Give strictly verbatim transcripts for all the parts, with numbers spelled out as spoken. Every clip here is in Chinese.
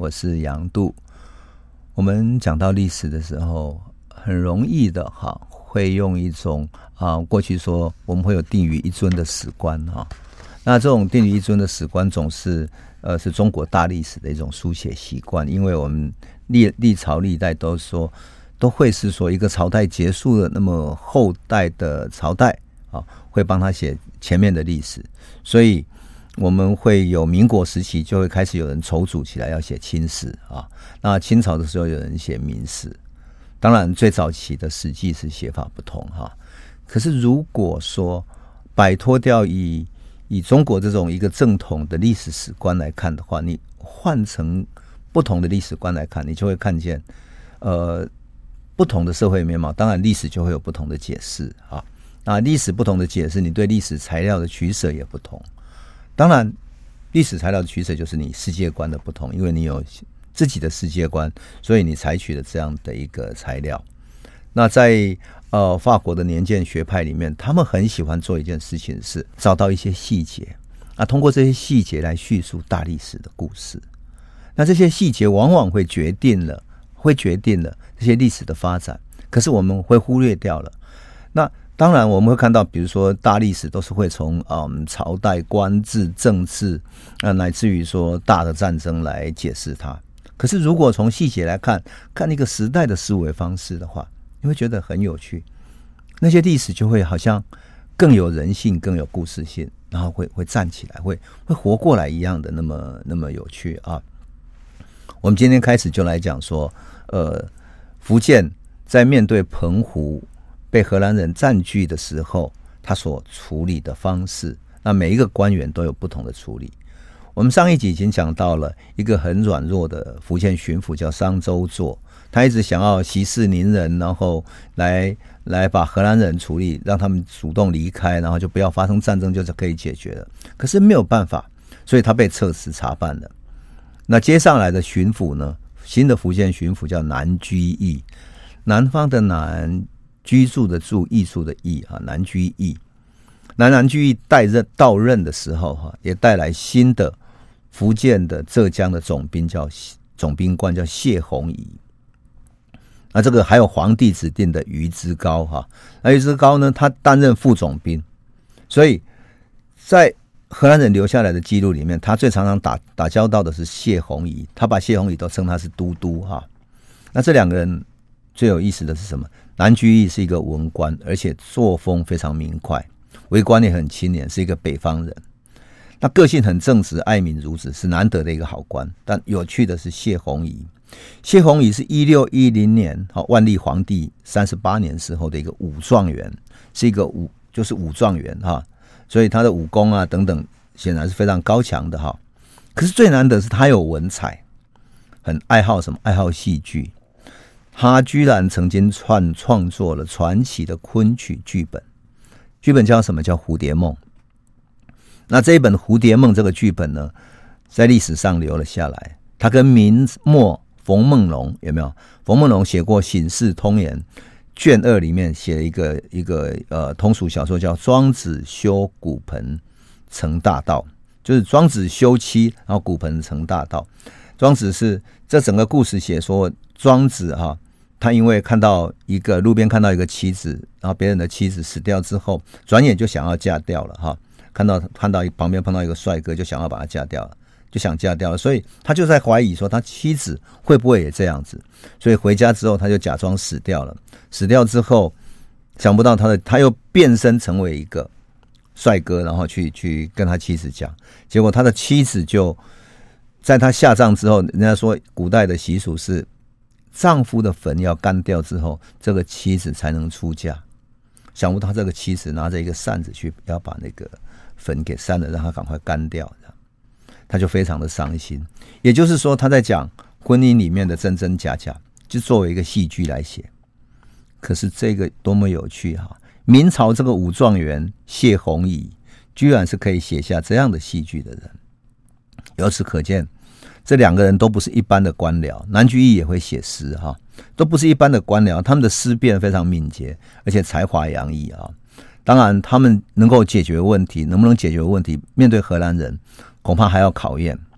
我是杨度。我们讲到历史的时候，很容易的哈，会用一种啊，过去说我们会有定于一尊的史观哈。那这种定于一尊的史观，总是呃是中国大历史的一种书写习惯，因为我们历历朝历代都说都会是说一个朝代结束了，那么后代的朝代啊会帮他写前面的历史，所以我们会有民国时期就会开始有人筹组起来要写清史啊，那清朝的时候有人写民史，当然最早期的史记是写法不同哈。可是如果说摆脱掉以以中国这种一个正统的历史史观来看的话，你换成不同的历史观来看，你就会看见呃不同的社会面貌，当然历史就会有不同的解释啊。那历史不同的解释，你对历史材料的取舍也不同。当然历史材料的取舍就是你世界观的不同，因为你有自己的世界观，所以你采取了这样的一个材料。那在呃法国的年鉴学派里面，他们很喜欢做一件事情，是找到一些细节啊，通过这些细节来叙述大历史的故事。那这些细节往往会决定了会决定了这些历史的发展，可是我们会忽略掉了。那当然我们会看到，比如说大历史都是会从嗯朝代、官制、政治啊，乃至于说大的战争来解释它。可是如果从细节来看，看一个时代的思维方式的话，你会觉得很有趣，那些历史就会好像更有人性、更有故事性，然后会会站起来，会会活过来一样的那么那么有趣啊。我们今天开始就来讲说，呃，福建在面对澎湖被荷兰人占据的时候，他所处理的方式，那每一个官员都有不同的处理。我们上一集已经讲到了一个很软弱的福建巡抚叫商周作，他一直想要息事宁人，然后来来把荷兰人处理，让他们主动离开，然后就不要发生战争，就是可以解决了。可是没有办法，所以他被撤职查办了。那接上来的巡抚呢，新的福建巡抚叫南居易，南方的南，居住的住，艺术的艺啊，南居易。南南居易带任到任的时候哈，也带来新的福建的浙江的总兵叫总兵官叫谢宏仪。那这个还有皇帝指定的于之高哈，那于之高呢，他担任副总兵，所以在荷兰人留下来的记录里面，他最常常打打交道的是谢宏仪，他把谢宏仪都称他是都督哈。那这两个人最有意思的是什么？南居易是一个文官，而且作风非常明快，为官也很清廉，是一个北方人。那个性很正直，爱民如子，是难得的一个好官。但有趣的是谢宏仪，谢宏仪是一六一零年万历皇帝三十八年时候的一个武状元，是一个武就是武状元哈，所以他的武功啊等等显然是非常高强的哈。可是最难得是他有文采，很爱好什么？爱好戏剧。他居然曾经创创作了传奇的昆曲剧本，剧本叫什么？叫《蝴蝶梦》。那这一本《蝴蝶梦》这个剧本呢，在历史上留了下来。他跟明末冯梦龙有没有？冯梦龙写过《醒世通言》卷二里面写了一个一个呃通俗小说，叫《庄子修骨盆成大道》，就是庄子休妻，然后骨盆成大道。庄子是这整个故事写说，庄子哈，他因为看到一个路边看到一个妻子，然后别人的妻子死掉之后，转眼就想要嫁掉了哈。看到看到旁边碰到一个帅哥，就想要把他嫁掉了，就想嫁掉了，所以他就在怀疑说他妻子会不会也这样子。所以回家之后，他就假装死掉了。死掉之后，想不到他的他又变身成为一个帅哥，然后去去跟他妻子讲。结果他的妻子就在他下葬之后，人家说古代的习俗是丈夫的坟要干掉之后，这个妻子才能出嫁。想不到这个妻子拿着一个扇子去要把那个坟给扇了，让他赶快干掉，他就非常的伤心。也就是说，他在讲婚姻里面的真真假假，就作为一个戏剧来写。可是这个多么有趣哈！明朝这个武状元谢宏仪，居然是可以写下这样的戏剧的人。由此可见，这两个人都不是一般的官僚。南居易也会写诗哈，都不是一般的官僚，他们的思辨非常敏捷，而且才华洋溢啊。当然，他们能够解决问题，能不能解决问题，面对荷兰人，恐怕还要考验。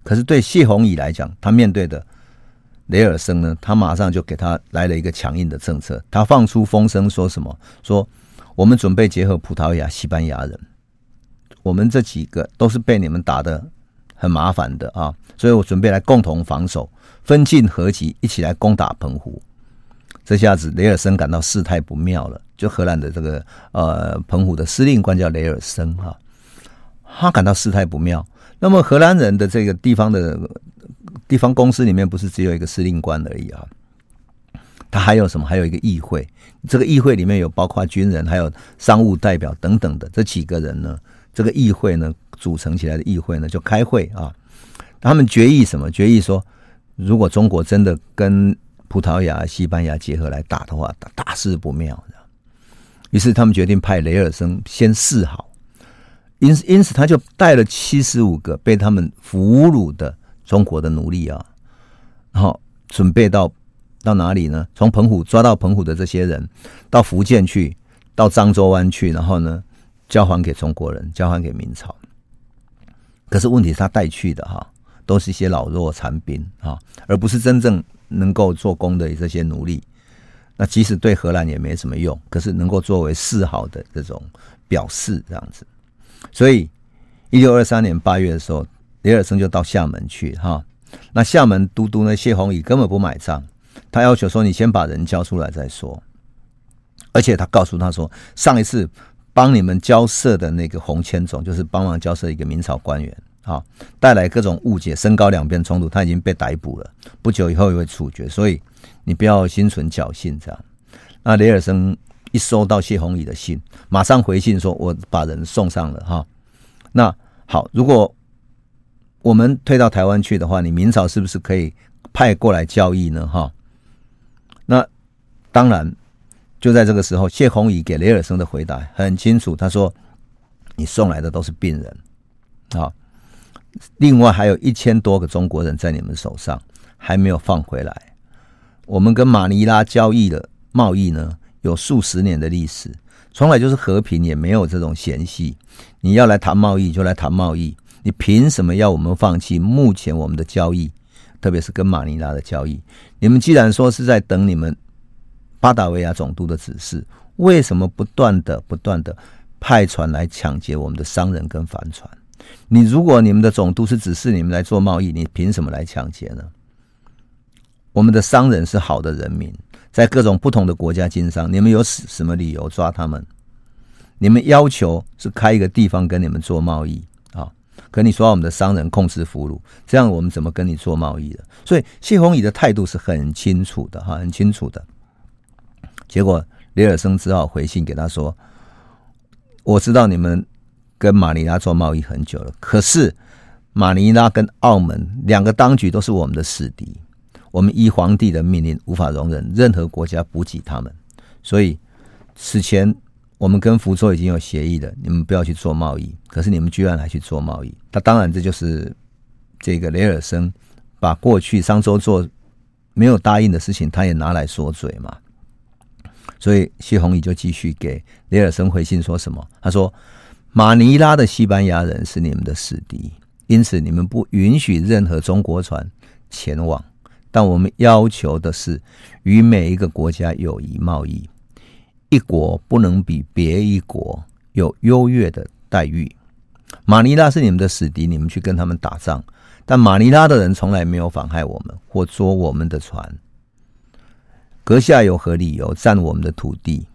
可是对谢宏仪来讲，他面对的雷尔森呢，他马上就给他来了一个强硬的政策，他放出风声说什么？说我们准备结合葡萄牙、西班牙人，我们这几个都是被你们打得很麻烦的啊，所以我准备来共同防守，分进合击，一起来攻打澎湖。这下子雷尔森感到事态不妙了，就荷兰的这个呃澎湖的司令官叫雷尔森哈、啊，他感到事态不妙。那么荷兰人的这个地方的地方公司里面不是只有一个司令官而已啊，他还有什么？还有一个议会，这个议会里面有包括军人，还有商务代表等等的这几个人呢。这个议会呢组成起来的议会呢就开会啊，他们决议什么？决议说，如果中国真的跟葡萄牙、西班牙结合来打的话，大事不妙。于是他们决定派雷尔森先示好，因因此他就带了七十五个被他们俘虏的中国的奴隶啊，然后准备到到哪里呢？从澎湖抓到澎湖的这些人，到福建去，到漳州湾去，然后呢交还给中国人，交还给明朝。可是问题是他带去的哈，都是一些老弱残兵啊，而不是真正能够做工的这些奴隶。那即使对荷兰也没什么用，可是能够作为示好的这种表示这样子。所以一六二三年八月的时候，雷尔森就到厦门去哈。那厦门都督呢谢宏仪根本不买账，他要求说你先把人交出来再说。而且他告诉他说，上一次帮你们交涉的那个洪千总，就是帮忙交涉一个明朝官员啊，带来各种误解，升高两边冲突，他已经被逮捕了，不久以后也会处决，所以你不要心存侥幸这样。那雷尔森一收到谢宏仪的信，马上回信说我把人送上了哈。那好，如果我们退到台湾去的话，你明朝是不是可以派过来交易呢哈？那当然，就在这个时候，谢宏仪给雷尔森的回答很清楚，他说你送来的都是病人啊，另外还有一千多个中国人在你们手上还没有放回来。我们跟马尼拉交易的贸易呢有数十年的历史，从来就是和平，也没有这种嫌隙。你要来谈贸易就来谈贸易，你凭什么要我们放弃目前我们的交易，特别是跟马尼拉的交易？你们既然说是在等你们巴达维亚总督的指示，为什么不断的不断的派船来抢劫我们的商人跟帆船？你如果你们的总督是指示你们来做贸易，你凭什么来抢劫呢？我们的商人是好的人民，在各种不同的国家经商，你们有什么理由抓他们？你们要求是开一个地方跟你们做贸易啊，可你说我们的商人控制俘虏，这样我们怎么跟你做贸易的？所以谢宏仪的态度是很清楚的哈，很清楚的。结果雷尔森只好回信给他说，我知道你们跟马尼拉做贸易很久了，可是马尼拉跟澳门两个当局都是我们的死敌，我们依皇帝的命令无法容忍任何国家补给他们，所以此前我们跟福州已经有协议了，你们不要去做贸易，可是你们居然还去做贸易。他当然这就是这个雷尔森把过去商周做没有答应的事情他也拿来说嘴嘛。所以谢宏仪就继续给雷尔森回信说什么？他说马尼拉的西班牙人是你们的死敌，因此你们不允许任何中国船前往，但我们要求的是与每一个国家友谊贸易，一国不能比别一国有优越的待遇。马尼拉是你们的死敌，你们去跟他们打仗，但马尼拉的人从来没有妨害我们或捉我们的船。阁下有何理由占我们的土地？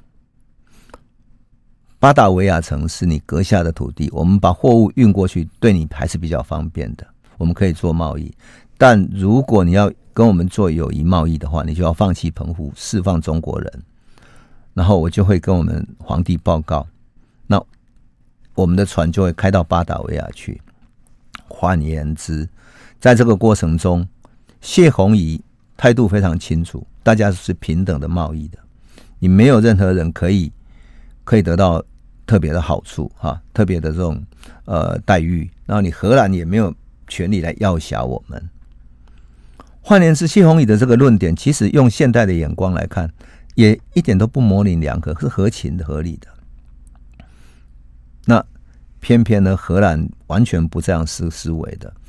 巴达维亚城是你阁下的土地，我们把货物运过去对你还是比较方便的，我们可以做贸易。但如果你要跟我们做友谊贸易的话，你就要放弃澎湖，释放中国人，然后我就会跟我们皇帝报告，那我们的船就会开到巴达维亚去。换言之，在这个过程中，谢宏仪态度非常清楚，大家是平等的贸易的，你没有任何人可以可以得到特别的好处哈，特别的这种呃待遇，然后你荷兰也没有权利来要挟我们。换言之，谢宏仪的这个论点，其实用现代的眼光来看，也一点都不模棱两可，是合情合理的。那偏偏呢，荷兰完全不这样思思维的。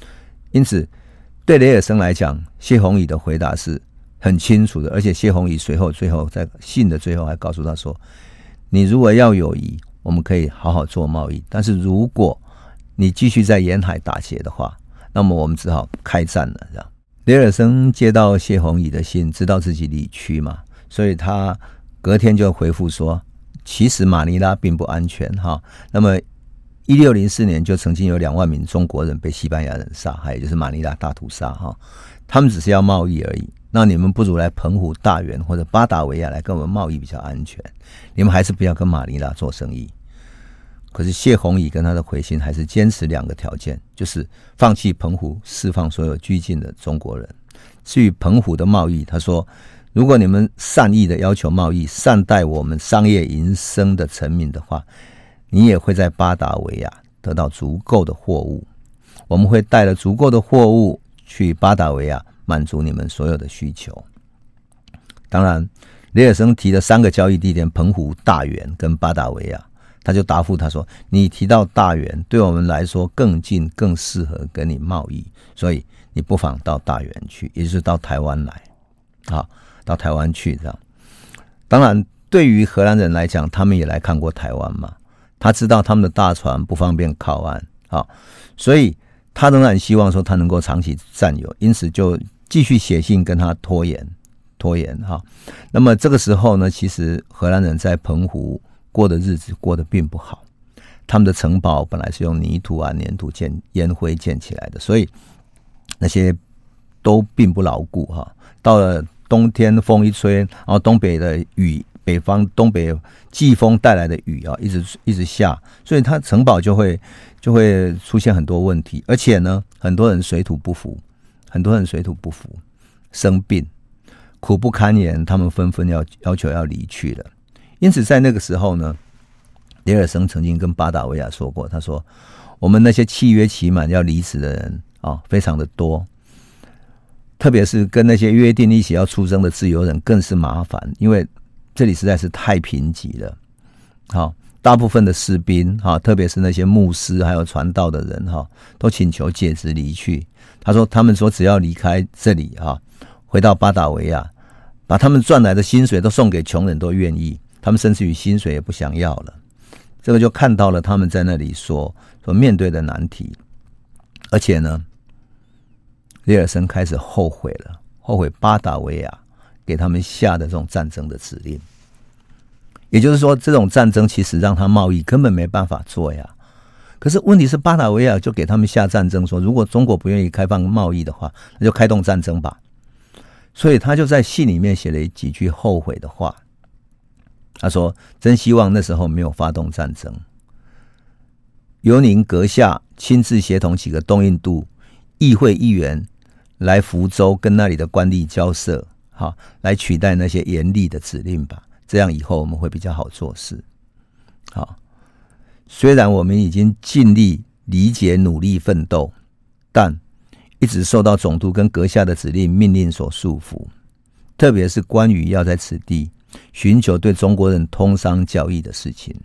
因此对雷尔森来讲，谢宏宇的回答是很清楚的，而且谢宏宇随后最后在信的最后还告诉他说，你如果要友谊，我们可以好好做贸易，但是如果你继续在沿海打劫的话，那么我们只好开战了。这样，雷尔森接到谢宏宇的信，知道自己离去嘛，所以他隔天就回复说，其实马尼拉并不安全哈。那么一六零四年就曾经有两万名中国人被西班牙人杀害，也就是马尼拉大屠杀哈。他们只是要贸易而已，那你们不如来澎湖、大员或者巴达维亚来跟我们贸易比较安全，你们还是不要跟马尼拉做生意。可是谢宏宇跟他的回信还是坚持两个条件，就是放弃澎湖，释放所有拘禁的中国人。至于澎湖的贸易，他说，如果你们善意的要求贸易，善待我们商业营生的臣民的话，你也会在巴达维亚得到足够的货物，我们会带了足够的货物去巴达维亚满足你们所有的需求。当然雷尔森提的三个交易地点，澎湖、大员跟巴达维亚，他就答复他说，你提到大员对我们来说更近更适合跟你贸易，所以你不妨到大员去，也就是到台湾来啊，到台湾去这样。当然对于荷兰人来讲，他们也来看过台湾嘛，他知道他们的大船不方便靠岸啊，所以他仍然希望说他能够长期占有，因此就继续写信跟他拖延拖延哈。那么这个时候呢，其实荷兰人在澎湖过的日子过得并不好，他们的城堡本来是用泥土啊、粘土建、烟灰建起来的，所以那些都并不牢固哈。到了冬天风一吹，然后东北的雨，北方东北季风带来的雨啊，一直一直下，所以它城堡就会就会出现很多问题，而且呢，很多人水土不服，很多人水土不服，生病，苦不堪言，他们纷纷要要求要离去了。因此，在那个时候呢，雷尔森曾经跟巴达维亚说过，他说：“我们那些契约期满要离职的人啊、哦，非常的多。”特别是跟那些约定一起要出征的自由人更是麻烦，因为这里实在是太贫瘠了。好，大部分的士兵，特别是那些牧师还有传道的人，都请求解职离去。他说，他们说只要离开这里，回到巴达维亚，把他们赚来的薪水都送给穷人都愿意，他们甚至于薪水也不想要了。这个就看到了他们在那里所所面对的难题，而且呢，雷尔森开始后悔了，后悔巴达维亚给他们下的这种战争的指令。也就是说，这种战争其实让他贸易根本没办法做呀。可是问题是，巴达维亚就给他们下战争说，如果中国不愿意开放贸易的话，那就开动战争吧。所以他就在信里面写了几句后悔的话。他说，真希望那时候没有发动战争，由您阁下亲自协同几个东印度议会议员来福州跟那里的官吏交涉，好，来取代那些严厉的指令吧，这样以后我们会比较好做事。好，虽然我们已经尽力理解努力奋斗，但一直受到总督跟阁下的指令命令所束缚，特别是关于要在此地寻求对中国人通商交易的事情。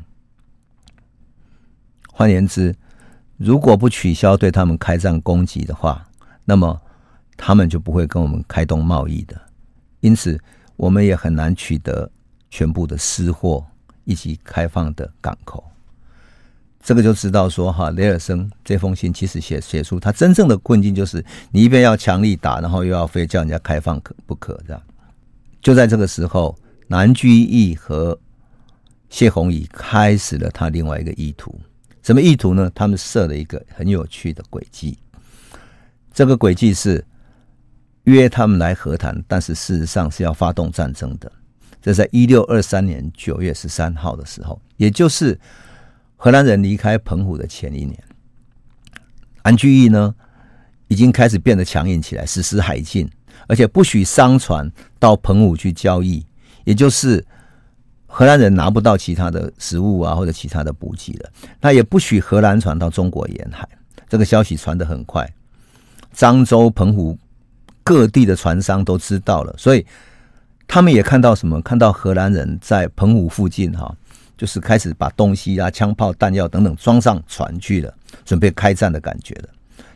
换言之，如果不取消对他们开战攻击的话，那么他们就不会跟我们开动贸易的，因此我们也很难取得全部的私货以及开放的港口。这个就知道说哈，雷尔森这封信其实写写出他真正的困境，就是你一边要强力打，然后又要非叫人家开放可不可这样。就在这个时候，南居易和谢宏宇开始了他另外一个意图。什么意图呢？他们设了一个很有趣的轨迹。这个轨迹是约他们来和谈，但是事实上是要发动战争的。这在一六二三年九月十三号的时候，也就是荷兰人离开澎湖的前一年，南居易呢已经开始变得强硬起来，实施海禁，而且不许商船到澎湖去交易，也就是荷兰人拿不到其他的食物啊，或者其他的补给了。那也不许荷兰船到中国沿海。这个消息传得很快，漳州、澎湖各地的船商都知道了，所以他们也看到什么？看到荷兰人在澎湖附近哈，就是开始把东西啊、枪炮、弹药等等装上船去了，准备开战的感觉了。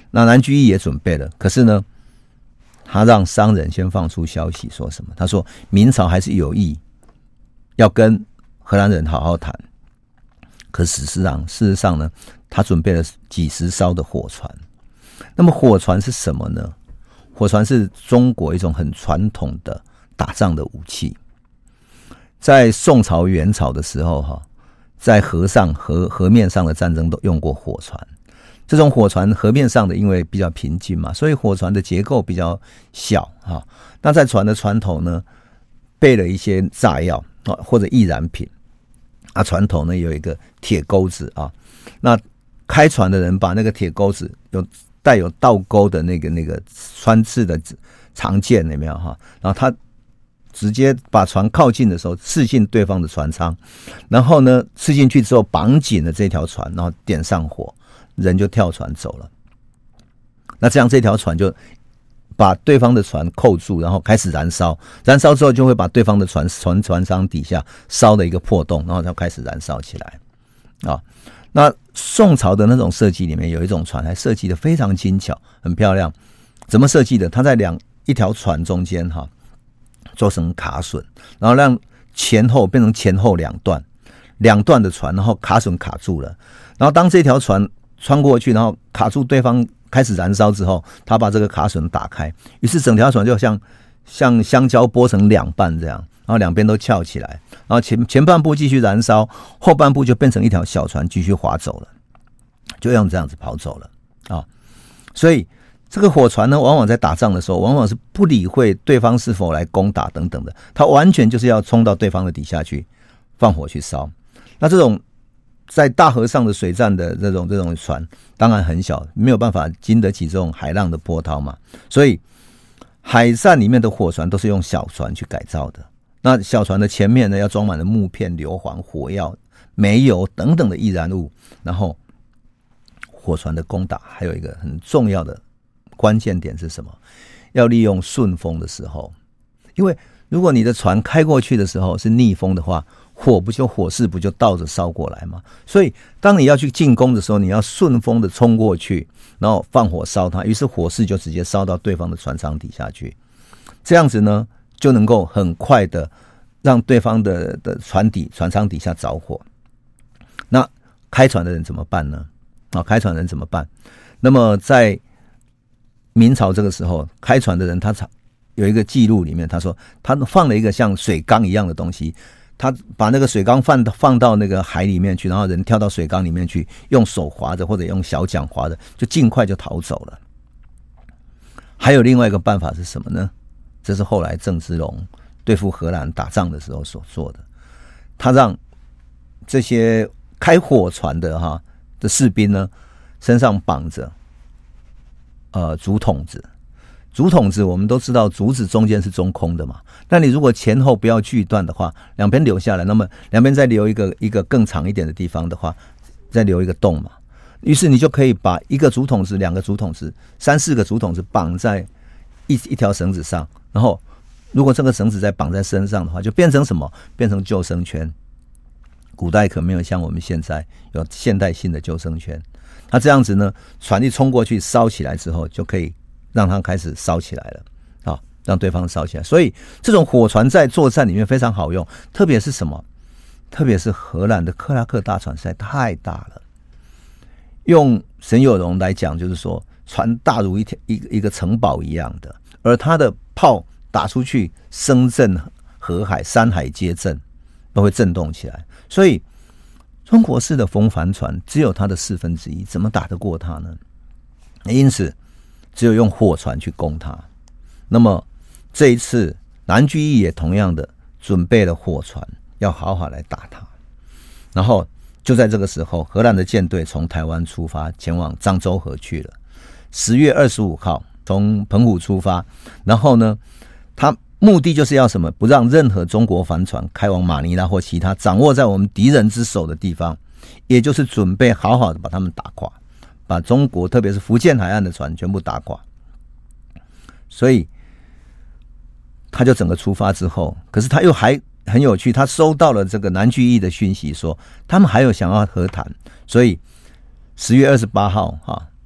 那南居易也准备了，可是呢，他让商人先放出消息说什么？他说明朝还是有意要跟荷兰人好好谈，可事实上，事实上呢，他准备了几十艘的火船。那么火船是什么呢？火船是中国一种很传统的打仗的武器。在宋朝、元朝的时候，哈，在河上、河河面上的战争都用过火船。这种火船河面上的因为比较平静嘛，所以火船的结构比较小哈。那在船的船头呢，备了一些炸药或者易燃品啊，船头呢有一个铁钩子啊。那开船的人把那个铁钩子有带有倒钩的那个那个穿刺的长剑有没有哈？然后他直接把船靠近的时候刺进对方的船舱，然后呢刺进去之后绑紧了这条船，然后点上火。人就跳船走了。那这样这条船就把对方的船扣住，然后开始燃烧。燃烧之后就会把对方的船船船舱底下烧了一个破洞，然后就开始燃烧起来啊。那宋朝的那种设计里面有一种船还设计的非常精巧，很漂亮。怎么设计的？它在两一条船中间哈，做成卡榫，然后让前后变成前后两段，两段的船，然后卡榫卡住了。然后当这条船穿过去，然后卡住对方开始燃烧之后，他把这个卡榫打开，于是整条船就像像香蕉剥成两半这样，然后两边都翘起来，然后前前半部继续燃烧，后半部就变成一条小船继续划走了，就用这样子跑走了啊。所以这个火船呢，往往在打仗的时候，往往是不理会对方是否来攻打等等的，它完全就是要冲到对方的底下去放火去烧。那这种在大河上的水战的这种这种船当然很小，没有办法经得起这种海浪的波涛嘛，所以海战里面的火船都是用小船去改造的。那小船的前面呢，要装满了木片、硫磺、火药、煤油等等的易燃物。然后火船的攻打还有一个很重要的关键点是什么？要利用顺风的时候，因为如果你的船开过去的时候是逆风的话，火不就火势不就倒着烧过来吗？所以当你要去进攻的时候，你要顺风的冲过去，然后放火烧它，于是火势就直接烧到对方的船舱底下去。这样子呢，就能够很快的让对方的的船底船舱底下着火。那开船的人怎么办呢？啊，开船的人怎么办？那么在明朝这个时候，开船的人他有一个记录里面，他说他放了一个像水缸一样的东西。他把那个水缸放放到那个海里面去，然后人跳到水缸里面去，用手划着或者用小桨划着，就尽快就逃走了。还有另外一个办法是什么呢？这是后来郑芝龙对付荷兰打仗的时候所做的。他让这些开火船的哈的士兵呢，身上绑着呃竹筒子。竹筒子我们都知道，竹子中间是中空的嘛。那你如果前后不要锯断的话，两边留下来，那么两边再留一个一个更长一点的地方的话，再留一个洞嘛。于是你就可以把一个竹筒子、两个竹筒子、三四个竹筒子绑在一一条绳子上，然后如果这个绳子再绑在身上的话，就变成什么？变成救生圈。古代可没有像我们现在有现代性的救生圈。那这样子呢，船一冲过去烧起来之后，就可以让它开始烧起来了啊，让对方烧起来。所以这种火船在作战里面非常好用，特别是什么？特别是荷兰的克拉克大船实在太大了。用沈有容来讲，就是说船大如一条一个一个城堡一样的，而它的炮打出去，声震河海，山海皆震，都会震动起来。所以中国式的风帆船只有它的四分之一，怎么打得过它呢？因此只有用火船去攻它。那么这一次南居易也同样的准备了火船，要好好来打它。然后就在这个时候，荷兰的舰队从台湾出发，前往漳州河去了。十月二十五号从澎湖出发，然后呢，他目的就是要什么？不让任何中国帆船开往马尼拉或其他掌握在我们敌人之手的地方，也就是准备好好的把他们打垮，把中国特别是福建海岸的船全部打垮。所以他就整个出发之后，可是他又还很有趣，他收到了这个南居易的讯息，说他们还有想要和谈，所以十月二十八号哈，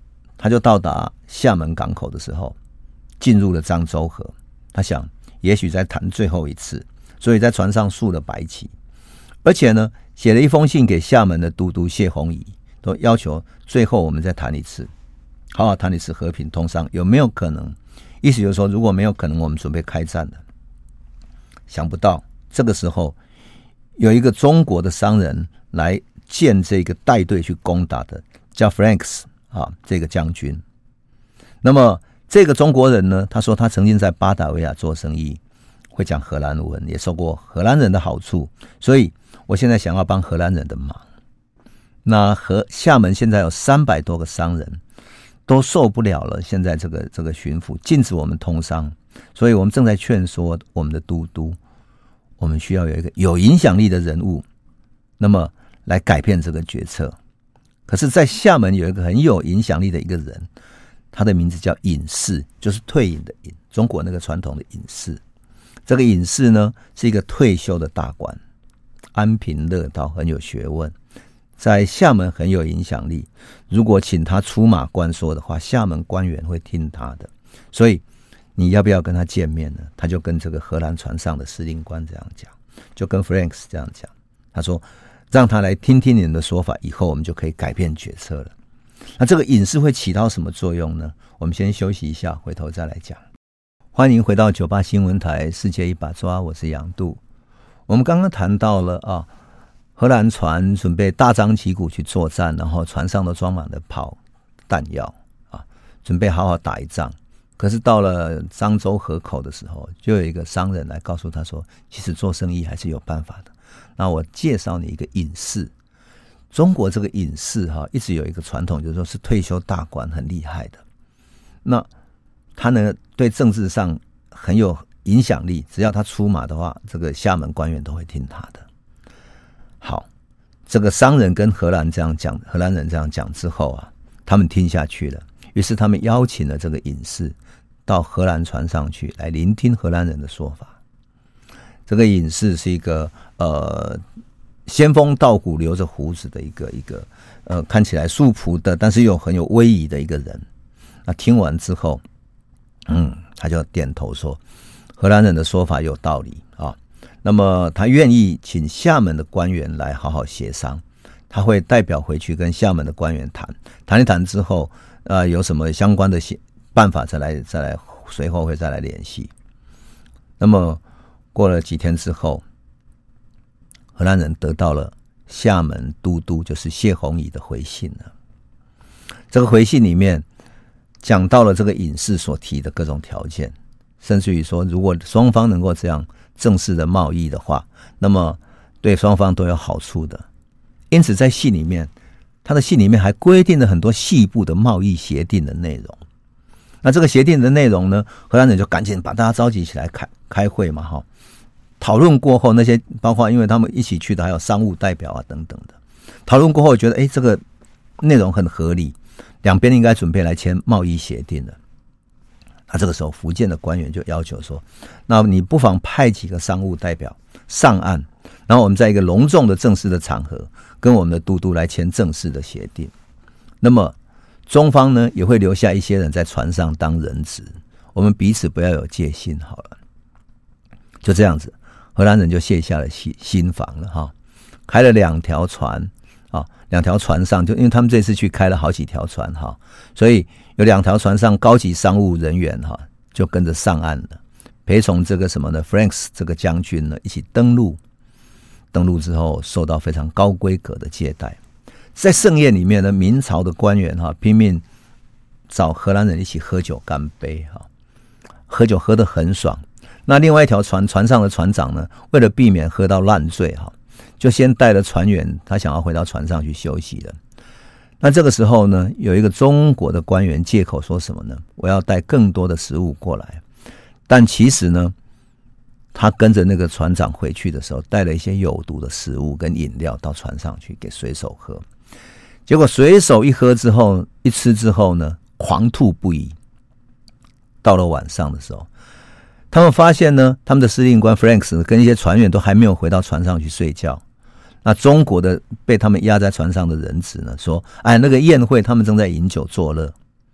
他就到达厦门港口的时候，进入了漳州河。他想，也许再谈最后一次，所以在船上竖了白旗，而且呢，写了一封信给厦门的都督谢宏仪，都要求最后我们再谈一次，好好谈一次和平通商，有没有可能？意思就是说，如果没有可能，我们准备开战了。想不到这个时候，有一个中国的商人来见这个带队去攻打的，叫 Franks 啊，这个将军。那么这个中国人呢，他说他曾经在巴达维亚做生意，会讲荷兰文，也受过荷兰人的好处，所以我现在想要帮荷兰人的忙。那和厦门现在有三百多个商人都受不了了，现在这个这个巡抚禁止我们通商，所以我们正在劝说我们的都督，我们需要有一个有影响力的人物，那么来改变这个决策。可是在厦门有一个很有影响力的一个人，他的名字叫隐士，就是退隐的隐，中国那个传统的隐士。这个隐士呢，是一个退休的大官，安贫乐道，很有学问，在厦门很有影响力。如果请他出马官说的话，厦门官员会听他的。所以你要不要跟他见面呢？他就跟这个荷兰船上的司令官这样讲，就跟 Franks 这样讲，他说让他来听听你们的说法，以后我们就可以改变决策了。那这个隐士会起到什么作用呢？我们先休息一下，回头再来讲。欢迎回到九八新闻台世界一把抓，我是杨度。我们刚刚谈到了啊，荷兰船准备大张旗鼓去作战，然后船上都装满了炮弹药啊，准备好好打一仗。可是到了漳州河口的时候，就有一个商人来告诉他说，其实做生意还是有办法的。那我介绍你一个隐士。中国这个隐士哈，一直有一个传统，就是说是退休大官，很厉害的。那他呢，对政治上很有影响力，只要他出马的话，这个厦门官员都会听他的。好，这个商人跟荷兰这样讲，荷兰人这样讲之后啊，他们听下去了，于是他们邀请了这个隐士到荷兰船上去，来聆听荷兰人的说法。这个隐士是一个呃仙风道骨、留着胡子的一个一个呃看起来素朴的，但是又很有威仪的一个人。那听完之后，嗯，他就点头说，荷兰人的说法有道理啊。那么他愿意请厦门的官员来好好协商，他会代表回去跟厦门的官员谈，谈一谈之后，呃，有什么相关的办法再来再来，随后会再来联系。那么过了几天之后，荷兰人得到了厦门都督就是谢宏仪的回信了。这个回信里面讲到了这个隐士所提的各种条件，甚至于说，如果双方能够这样正式的贸易的话，那么对双方都有好处的。因此在信里面，他的信里面还规定了很多细部的贸易协定的内容。那这个协定的内容呢，荷兰人就赶紧把大家召集起来开开会嘛，哈。讨论过后，那些包括因为他们一起去的还有商务代表啊等等的，讨论过后觉得，哎，这个内容很合理，两边应该准备来签贸易协定了。那这个时候，福建的官员就要求说，那你不妨派几个商务代表上岸，然后我们在一个隆重的正式的场合，跟我们的都督来签正式的协定。那么中方呢，也会留下一些人在船上当人质，我们彼此不要有戒心好了。就这样子，荷兰人就卸下了心防了哈，开了两条船啊，两条船上就因为他们这次去开了好几条船哈，所以有两条船上高级商务人员哈就跟着上岸了，陪同这个什么呢 Franks 这个将军呢一起登陆。登陆之后受到非常高规格的接待，在盛宴里面呢，明朝的官员哈拼命找荷兰人一起喝酒干杯哈，喝酒喝得很爽。那另外一条船船上的船长呢，为了避免喝到烂醉哈，就先带了船员，他想要回到船上去休息了。那这个时候呢，有一个中国的官员借口说什么呢？我要带更多的食物过来。但其实呢，他跟着那个船长回去的时候，带了一些有毒的食物跟饮料到船上去给水手喝。结果水手一喝之后，一吃之后呢，狂吐不已。到了晚上的时候，他们发现呢，他们的司令官 Franks 跟一些船员都还没有回到船上去睡觉。那中国的被他们压在船上的人质呢，说：“哎，那个宴会他们正在饮酒作乐。”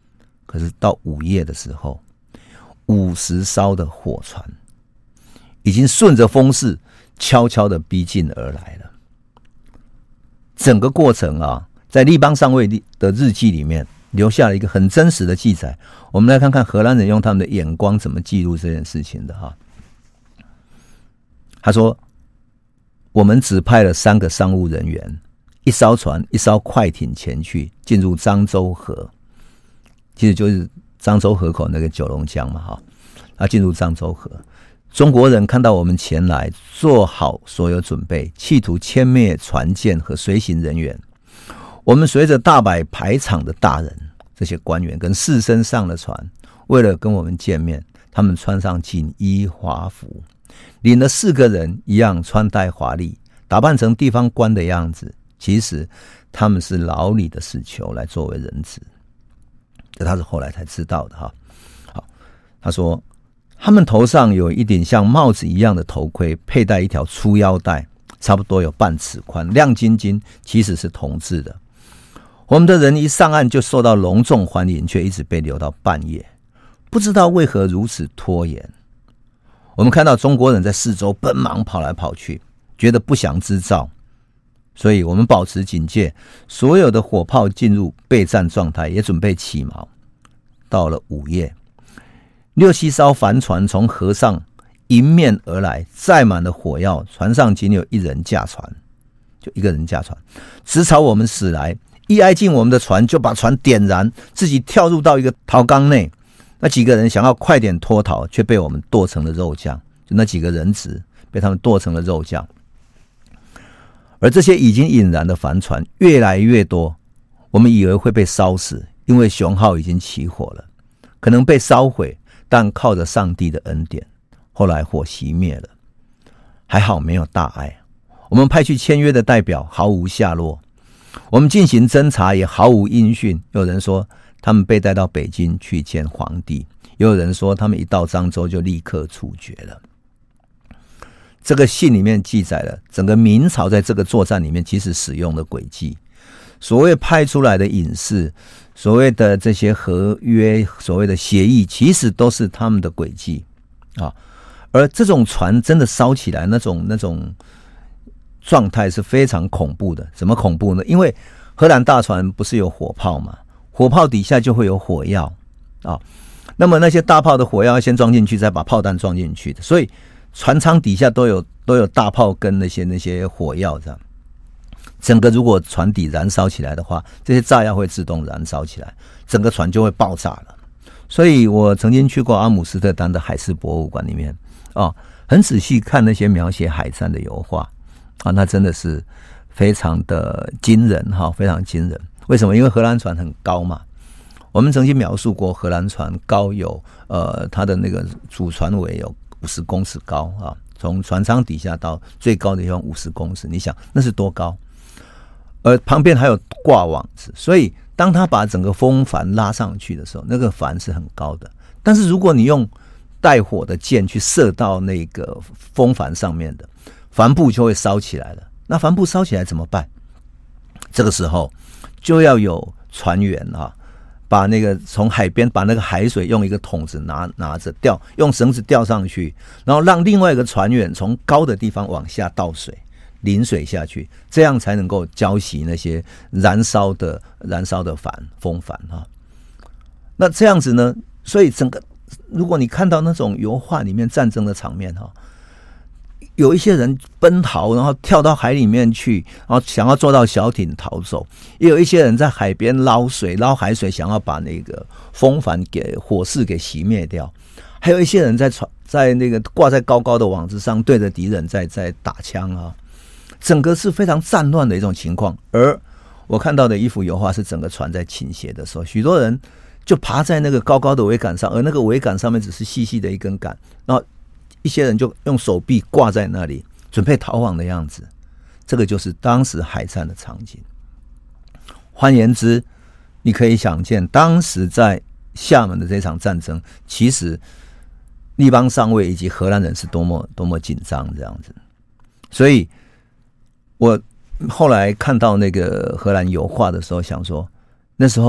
可是到午夜的时候，五十艘的火船已经顺着风势悄悄的逼近而来了。整个过程啊，在立邦上尉的日记里面留下了一个很真实的记载。我们来看看荷兰人用他们的眼光怎么记录这件事情的哈。他说，我们指派了三个商务人员，一艘船一艘快艇前去，进入漳州河，其实就是漳州河口那个九龙江嘛哈。他进入漳州河，中国人看到我们前来，做好所有准备，企图歼灭船舰和随行人员。我们随着大摆排场的大人，这些官员跟士绅上了船，为了跟我们见面，他们穿上锦衣华服，领了四个人一样穿戴华丽，打扮成地方官的样子，其实他们是牢里的死囚来作为人质。这他是后来才知道的哈。好，他说他们头上有一顶像帽子一样的头盔，佩戴一条粗腰带，差不多有半尺宽，亮晶晶，其实是铜制的。我们的人一上岸就受到隆重欢迎，却一直被留到半夜，不知道为何如此拖延。我们看到中国人在四周奔忙跑来跑去，觉得不祥之兆，所以我们保持警戒，所有的火炮进入备战状态，也准备起锚。到了午夜，六七艘帆船从河上迎面而来，载满了火药，船上仅有一人驾船，就一个人驾船，直朝我们驶来。一挨近我们的船，就把船点燃，自己跳入到一个陶缸内。那几个人想要快点脱逃，却被我们剁成了肉酱。就那几个人质被他们剁成了肉酱。而这些已经引燃的帆船越来越多，我们以为会被烧死，因为雄号已经起火了，可能被烧毁，但靠着上帝的恩典，后来火熄灭了，还好没有大碍。我们派去签约的代表毫无下落，我们进行侦查也毫无音讯。有人说他们被带到北京去见皇帝，也有人说他们一到漳州就立刻处决了。这个信里面记载了整个明朝在这个作战里面其实使用的轨迹，所谓派出来的隐士，所谓的这些合约，所谓的协议，其实都是他们的轨迹啊。而这种船真的烧起来，那种那种状态是非常恐怖的。怎么恐怖呢？因为荷兰大船不是有火炮嘛，火炮底下就会有火药啊。那么那些大炮的火药要先装进去，再把炮弹装进去的，所以船舱底下都有都有大炮跟那些那些火药这样。整个如果船底燃烧起来的话，这些炸药会自动燃烧起来，整个船就会爆炸了。所以我曾经去过阿姆斯特丹的海事博物馆里面啊，很仔细看那些描写海战的油画啊，那真的是非常的惊人哈，非常惊人。为什么？因为荷兰船很高嘛。我们曾经描述过，荷兰船高有呃，它的那个主船尾有五十公尺高啊，从船舱底下到最高的地方五十公尺，你想那是多高？而旁边还有挂网子，所以当他把整个风帆拉上去的时候，那个帆是很高的。但是如果你用带火的箭去射到那个风帆上面的，帆布就会烧起来了。那帆布烧起来怎么办？这个时候就要有船员啊，把那个从海边把那个海水用一个桶子拿拿着吊，用绳子吊上去，然后让另外一个船员从高的地方往下倒水，淋水下去，这样才能够浇熄那些燃烧的燃烧的帆风帆啊。那这样子呢，所以整个如果你看到那种油画里面战争的场面哈，有一些人奔逃，然后跳到海里面去，然后想要坐到小艇逃走；也有一些人在海边捞水、捞海水，想要把那个风帆给火势给熄灭掉；还有一些人在船在那个挂在高高的网子上，对着敌人在在打枪啊。整个是非常战乱的一种情况。而我看到的一幅油画是整个船在倾斜的时候，许多人就爬在那个高高的桅杆上，而那个桅杆上面只是细细的一根杆，然后一些人就用手臂挂在那里，准备逃亡的样子。这个就是当时海战的场景。换言之，你可以想见，当时在厦门的这场战争，其实立邦上尉以及荷兰人是多么多么紧张这样子。所以我后来看到那个荷兰油画的时候，想说那时候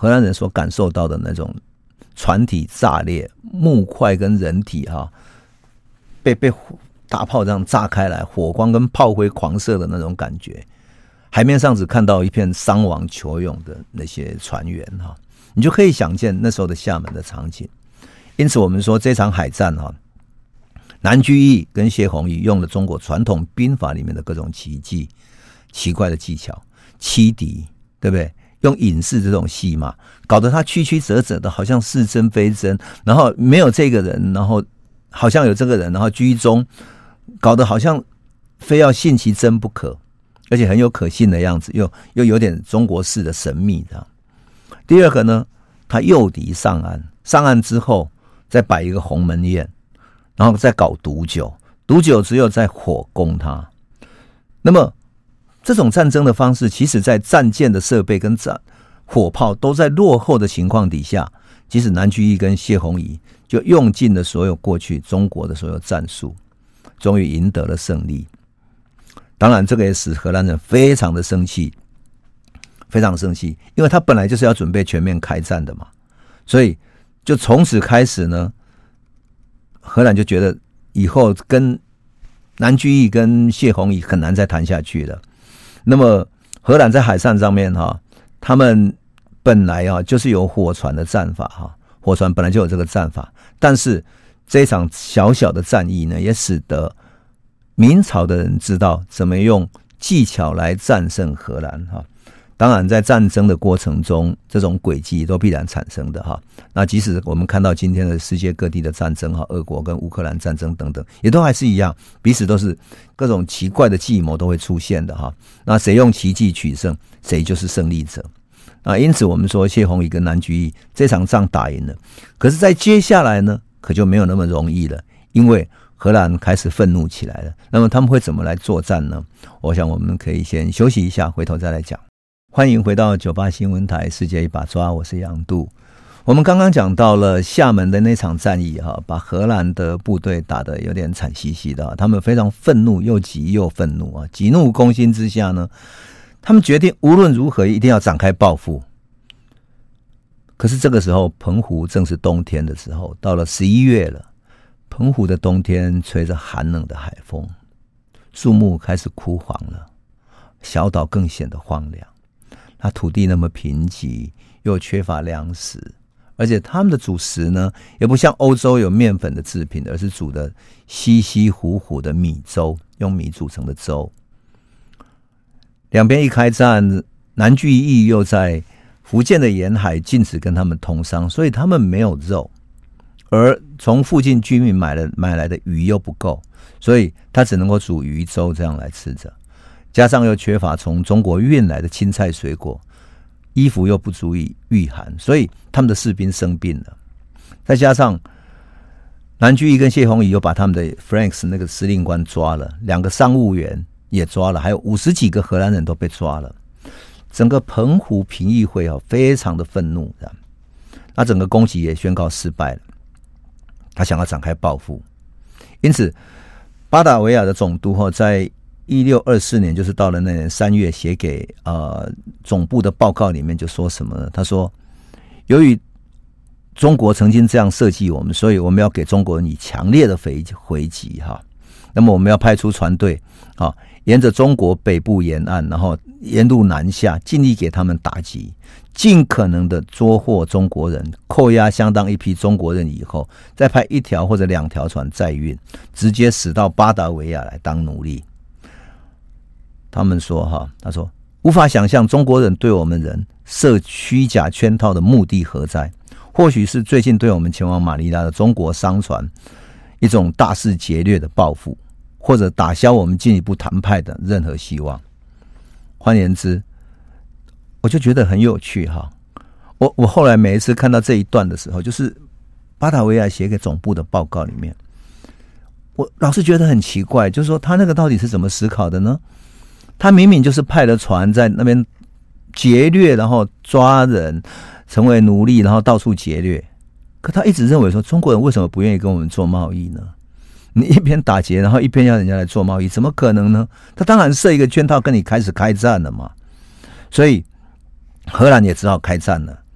荷兰人所感受到的那种船体炸裂，木块跟人体哈、啊、被被大炮这样炸开来，火光跟炮灰狂射的那种感觉。海面上只看到一片伤亡求泳的那些船员哈，你就可以想见那时候的厦门的场景。因此我们说这场海战哈，南居易跟谢宏仪用了中国传统兵法里面的各种奇技、奇怪的技巧，欺敌，对不对？用隐士这种戏码，搞得他曲曲折折的，好像是真非真，然后没有这个人，然后好像有这个人，然后居中，搞得好像非要信其真不可，而且很有可信的样子，又又有点中国式的神秘这样。第二个呢，他诱敌上岸，上岸之后再摆一个鸿门宴，然后再搞毒酒，毒酒只有在火攻他。那么这种战争的方式，其实在战舰的设备跟战火炮都在落后的情况底下，即使南居易跟谢宏仪就用尽了所有过去中国的所有战术，终于赢得了胜利。当然这个也使荷兰人非常的生气，非常生气，因为他本来就是要准备全面开战的嘛，所以就从此开始呢，荷兰就觉得以后跟南居易跟谢宏仪很难再谈下去了。那么荷兰在海上上面哈，他们本来啊就是有火船的战法哈，火船本来就有这个战法，但是这一场小小的战役呢，也使得明朝的人知道怎么用技巧来战胜荷兰哈。当然在战争的过程中，这种诡计都必然产生的哈。那即使我们看到今天的世界各地的战争哈，俄国跟乌克兰战争等等，也都还是一样，彼此都是各种奇怪的计谋都会出现的哈。那谁用奇计取胜，谁就是胜利者。啊，因此我们说谢宏仪跟南居易这场仗打赢了，可是在接下来呢，可就没有那么容易了，因为荷兰开始愤怒起来了。那么他们会怎么来作战呢？我想我们可以先休息一下，回头再来讲。欢迎回到九八新闻台世界一把抓，我是杨度。我们刚刚讲到了厦门的那场战役哈，把荷兰的部队打得有点惨兮兮的，他们非常愤怒，又急又愤怒啊！急怒攻心之下呢，他们决定无论如何一定要展开报复。可是这个时候澎湖正是冬天的时候，到了十一月了，澎湖的冬天吹着寒冷的海风，树木开始枯黄了，小岛更显得荒凉。它土地那么贫瘠，又缺乏粮食，而且他们的主食呢，也不像欧洲有面粉的制品，而是煮的稀稀糊糊的米粥，用米煮成的粥。两边一开战，南居易又在福建的沿海禁止跟他们通商，所以他们没有肉，而从附近居民买了买来的鱼又不够，所以他只能够煮鱼粥这样来吃着。加上又缺乏从中国运来的青菜水果，衣服又不足以御寒，所以他们的士兵生病了。再加上南居易跟谢宏仪又把他们的 Franks 那个司令官抓了，两个商务员也抓了，还有五十几个荷兰人都被抓了。整个澎湖评议会非常的愤怒，那整个攻击也宣告失败了。他想要展开报复，因此巴达维亚的总督在一六二四年，就是到了那年三月，写给呃总部的报告里面就说什么呢？他说，由于中国曾经这样设计我们，所以我们要给中国人以强烈的回回击哈。那么我们要派出船队啊，沿着中国北部沿岸，然后沿路南下，尽力给他们打击，尽可能的捉获中国人，扣押相当一批中国人以后，再派一条或者两条船载运，直接驶到巴达维亚来当奴隶。他们说哈，他说无法想象中国人对我们人设虚假圈套的目的何在？或许是最近对我们前往马尼拉的中国商船一种大肆劫掠的报复，或者打消我们进一步谈判的任何希望。换言之，我就觉得很有趣哈。我我后来每一次看到这一段的时候，就是巴达维亚写给总部的报告里面，我老是觉得很奇怪，就是说他那个到底是怎么思考的呢？他明明就是派了船在那边劫掠，然后抓人成为奴隶，然后到处劫掠。可他一直认为说，中国人为什么不愿意跟我们做贸易呢？你一边打劫，然后一边要人家来做贸易，怎么可能呢？他当然设一个圈套跟你开始开战了嘛。所以荷兰也只好开战了。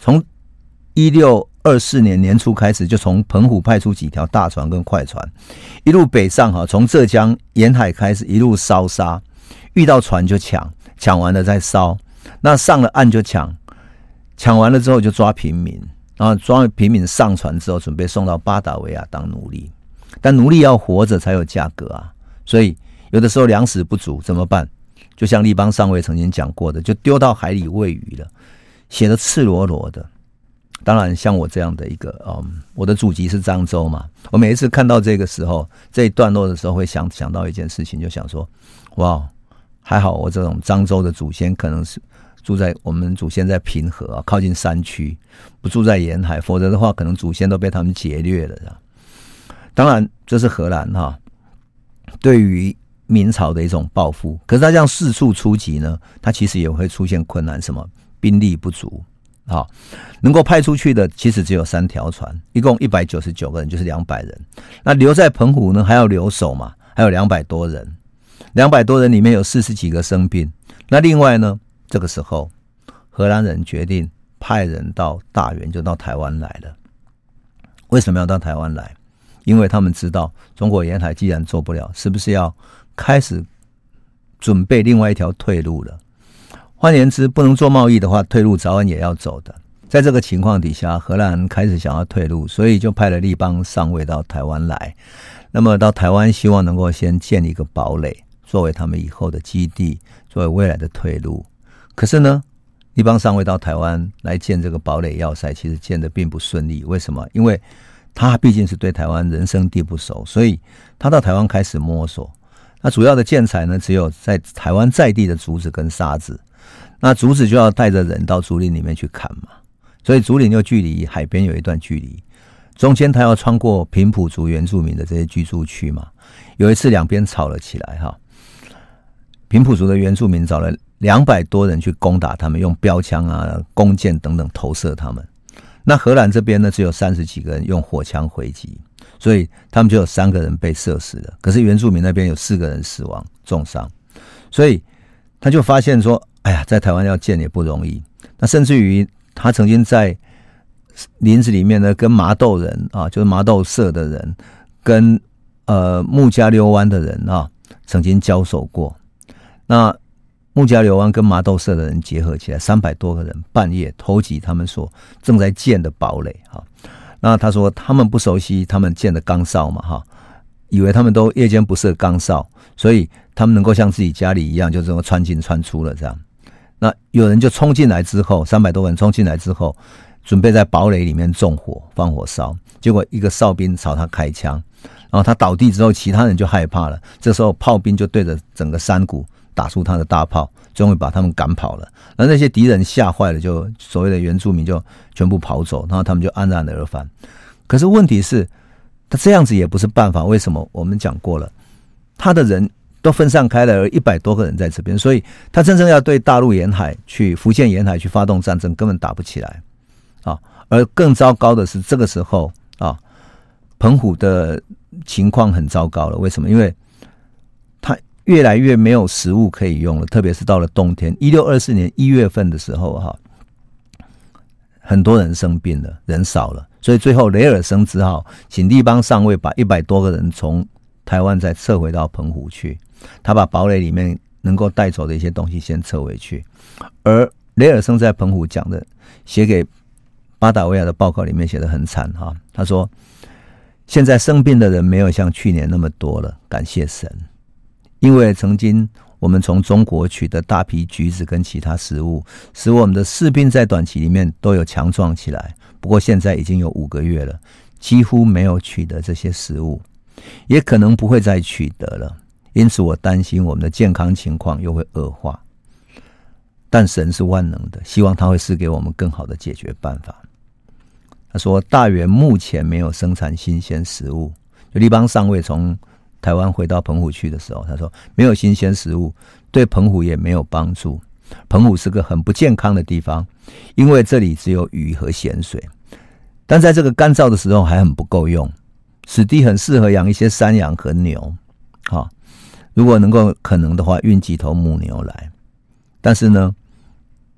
从一六二四年年初开始，就从澎湖派出几条大船跟快船，一路北上哈，从浙江沿海开始一路烧杀，遇到船就抢，抢完了再烧，那上了岸就抢，抢完了之后就抓平民，然后抓平民上船之后，准备送到巴达维亚当奴隶，但奴隶要活着才有价格啊，所以有的时候粮食不足怎么办？就像立邦上尉曾经讲过的，就丢到海里喂鱼了，写得赤裸裸的。当然像我这样的一个嗯，我的祖籍是漳州嘛，我每一次看到这个时候这一段落的时候，会想想到一件事情，就想说哇，还好我这种漳州的祖先可能是住在我们祖先在平和啊，靠近山区，不住在沿海，否则的话可能祖先都被他们劫掠了。当然这是荷兰哈对于明朝的一种报复，可是他这样四处出击呢，他其实也会出现困难，什么兵力不足。好，能够派出去的其实只有三条船，一共一百九十九个人，就是两百人。那留在澎湖呢，还要留守嘛，还有两百多人。两百多人里面有四十几个生病。那另外呢，这个时候荷兰人决定派人到大员，就到台湾来了。为什么要到台湾来？因为他们知道中国沿海既然做不了，是不是要开始准备另外一条退路了？换言之，不能做贸易的话，退路早晚也要走的。在这个情况底下，荷兰人开始想要退路，所以就派了立邦上尉到台湾来。那么到台湾希望能够先建立一个堡垒，作为他们以后的基地，作为未来的退路。可是呢，立邦上尉到台湾来建这个堡垒要塞，其实建得并不顺利。为什么？因为他毕竟是对台湾人生地不熟，所以他到台湾开始摸索。那主要的建材呢，只有在台湾在地的竹子跟沙子。那竹子就要带着人到竹林里面去砍嘛，所以竹林又距离海边有一段距离，中间他要穿过平埔族原住民的这些居住区嘛。有一次两边吵了起来哈，平埔族的原住民找了两百多人去攻打他们，用标枪啊、弓箭等等投射他们。那荷兰这边呢，只有三十几个人用火枪回击，所以他们就有三个人被射死了。可是原住民那边有四个人死亡重伤，所以他就发现说，哎呀，在台湾要建也不容易。那甚至于他曾经在林子里面呢，跟麻豆人啊，就是麻豆社的人，跟呃木加溜湾的人啊，曾经交手过。那木加溜湾跟麻豆社的人结合起来，三百多个人半夜偷袭他们所正在建的堡垒哈。那他说他们不熟悉他们建的岗哨嘛哈，以为他们都夜间不设岗哨，所以他们能够像自己家里一样，就这么穿进穿出了这样。那有人就冲进来之后，三百多个人冲进来之后，准备在堡垒里面纵火放火烧，结果一个哨兵朝他开枪，然后他倒地之后，其他人就害怕了。这时候炮兵就对着整个山谷打出他的大炮，终于把他们赶跑了。而那些敌人吓坏了，就所谓的原住民就全部跑走，然后他们就安然而返。可是问题是，他这样子也不是办法。为什么？我们讲过了，他的人都分散开来，而一百多个人在这边，所以他真正要对大陆沿海去福建沿海去发动战争，根本打不起来啊！而更糟糕的是，这个时候啊，澎湖的情况很糟糕了。为什么？因为他越来越没有食物可以用了，特别是到了冬天。一六二四年一月份的时候哈，很多人生病了，人少了，所以最后雷尔森只好请立邦上尉把一百多个人从台湾再撤回到澎湖去。他把堡垒里面能够带走的一些东西先撤回去。而雷尔森在澎湖讲的，写给巴达维亚的报告里面写得很惨哈。他说，现在生病的人没有像去年那么多了，感谢神。因为曾经我们从中国取得大批橘子跟其他食物，使我们的士兵在短期里面都有强壮起来。不过现在已经有五个月了，几乎没有取得这些食物，也可能不会再取得了。因此我担心我们的健康情况又会恶化。但神是万能的，希望他会赐给我们更好的解决办法。他说，大员目前没有生产新鲜食物。就立邦上尉从台湾回到澎湖去的时候，他说没有新鲜食物，对澎湖也没有帮助。澎湖是个很不健康的地方，因为这里只有鱼和咸水，但在这个干燥的时候还很不够用。此地很适合养一些山羊和牛，啊，如果能够可能的话，运几头母牛来。但是呢，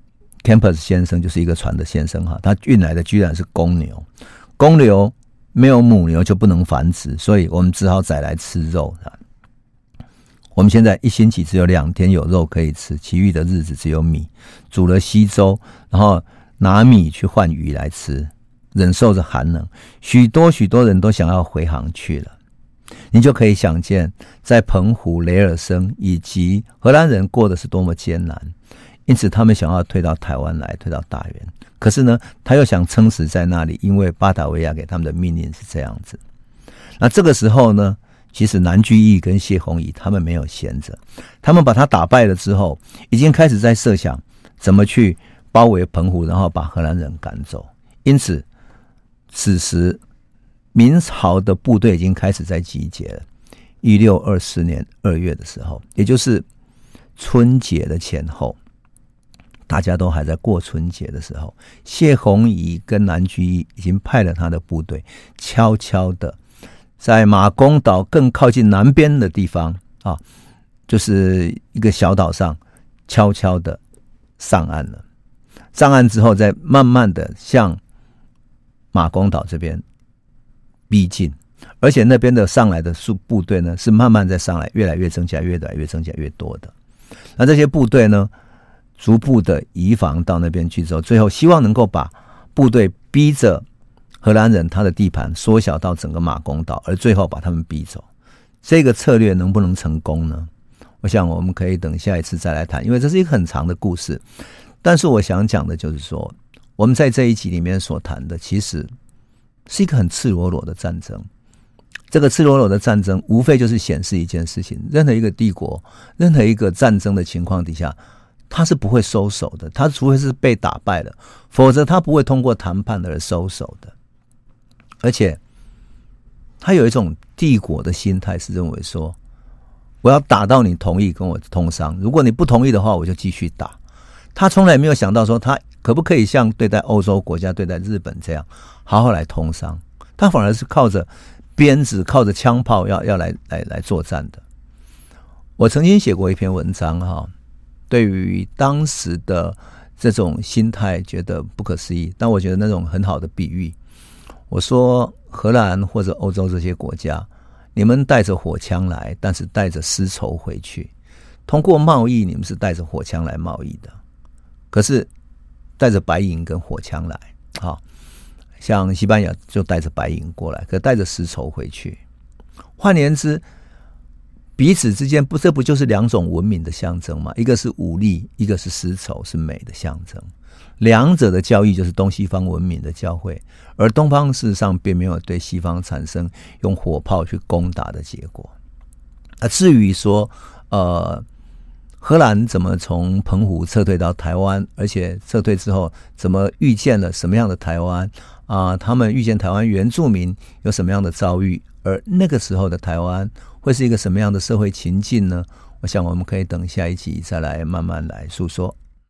Campus 先生就是一个船的先生哈，他运来的居然是公牛，公牛没有母牛就不能繁殖，所以我们只好宰来吃肉。我们现在一星期只有两天有肉可以吃，其余的日子只有米，煮了稀粥，然后拿米去换鱼来吃，忍受着寒冷。许多许多人都想要回航去了，你就可以想见在澎湖、雷尔森以及荷兰人过的是多么艰难。因此他们想要退到台湾来，退到大园，可是呢他又想撑死在那里，因为巴达维亚给他们的命令是这样子。那这个时候呢，其实南居易跟谢宏仪他们没有闲着，他们把他打败了之后，已经开始在设想怎么去包围澎湖，然后把荷兰人赶走。因此此时明朝的部队已经开始在集结了。一六二四年二月的时候，也就是春节的前后，大家都还在过春节的时候，谢宏仪跟南居易已经派了他的部队，悄悄的在马公岛更靠近南边的地方啊，就是一个小岛上，悄悄的上岸了。上岸之后，再慢慢的向马公岛这边逼近，而且那边的上来的部队呢，是慢慢在上来，越来越增加，越来越增加越多的。那这些部队呢，逐步的移防到那边去之后，最后希望能够把部队逼着荷兰人他的地盘缩小到整个马公岛，而最后把他们逼走。这个策略能不能成功呢？我想我们可以等下一次再来谈，因为这是一个很长的故事。但是我想讲的就是说，我们在这一集里面所谈的其实是一个很赤裸裸的战争。这个赤裸裸的战争无非就是显示一件事情，任何一个帝国，任何一个战争的情况底下，他是不会收手的，他除非是被打败了，否则他不会通过谈判而收手的。而且他有一种帝国的心态，是认为说，我要打到你同意跟我通商，如果你不同意的话，我就继续打。他从来没有想到说，他可不可以像对待欧洲国家、对待日本这样好好来通商，他反而是靠着鞭子、靠着枪炮要要来来来作战的。我曾经写过一篇文章哈，对于当时的这种心态觉得不可思议，但我觉得那种很好的比喻。我说荷兰或者欧洲这些国家，你们带着火枪来，但是带着丝绸回去。通过贸易，你们是带着火枪来贸易的，可是带着白银跟火枪来，好，像西班牙就带着白银过来，可带着丝绸回去。换言之，彼此之间不，这不就是两种文明的象征吗？一个是武力，一个是丝绸，是美的象征。两者的交易就是东西方文明的交汇，而东方事实上并没有对西方产生用火炮去攻打的结果。啊，至于说，呃，荷兰怎么从澎湖撤退到台湾，而且撤退之后怎么遇见了什么样的台湾啊、呃？他们遇见台湾原住民有什么样的遭遇？而那个时候的台湾会是一个什么样的社会情境呢？我想我们可以等下一集再来慢慢来诉说。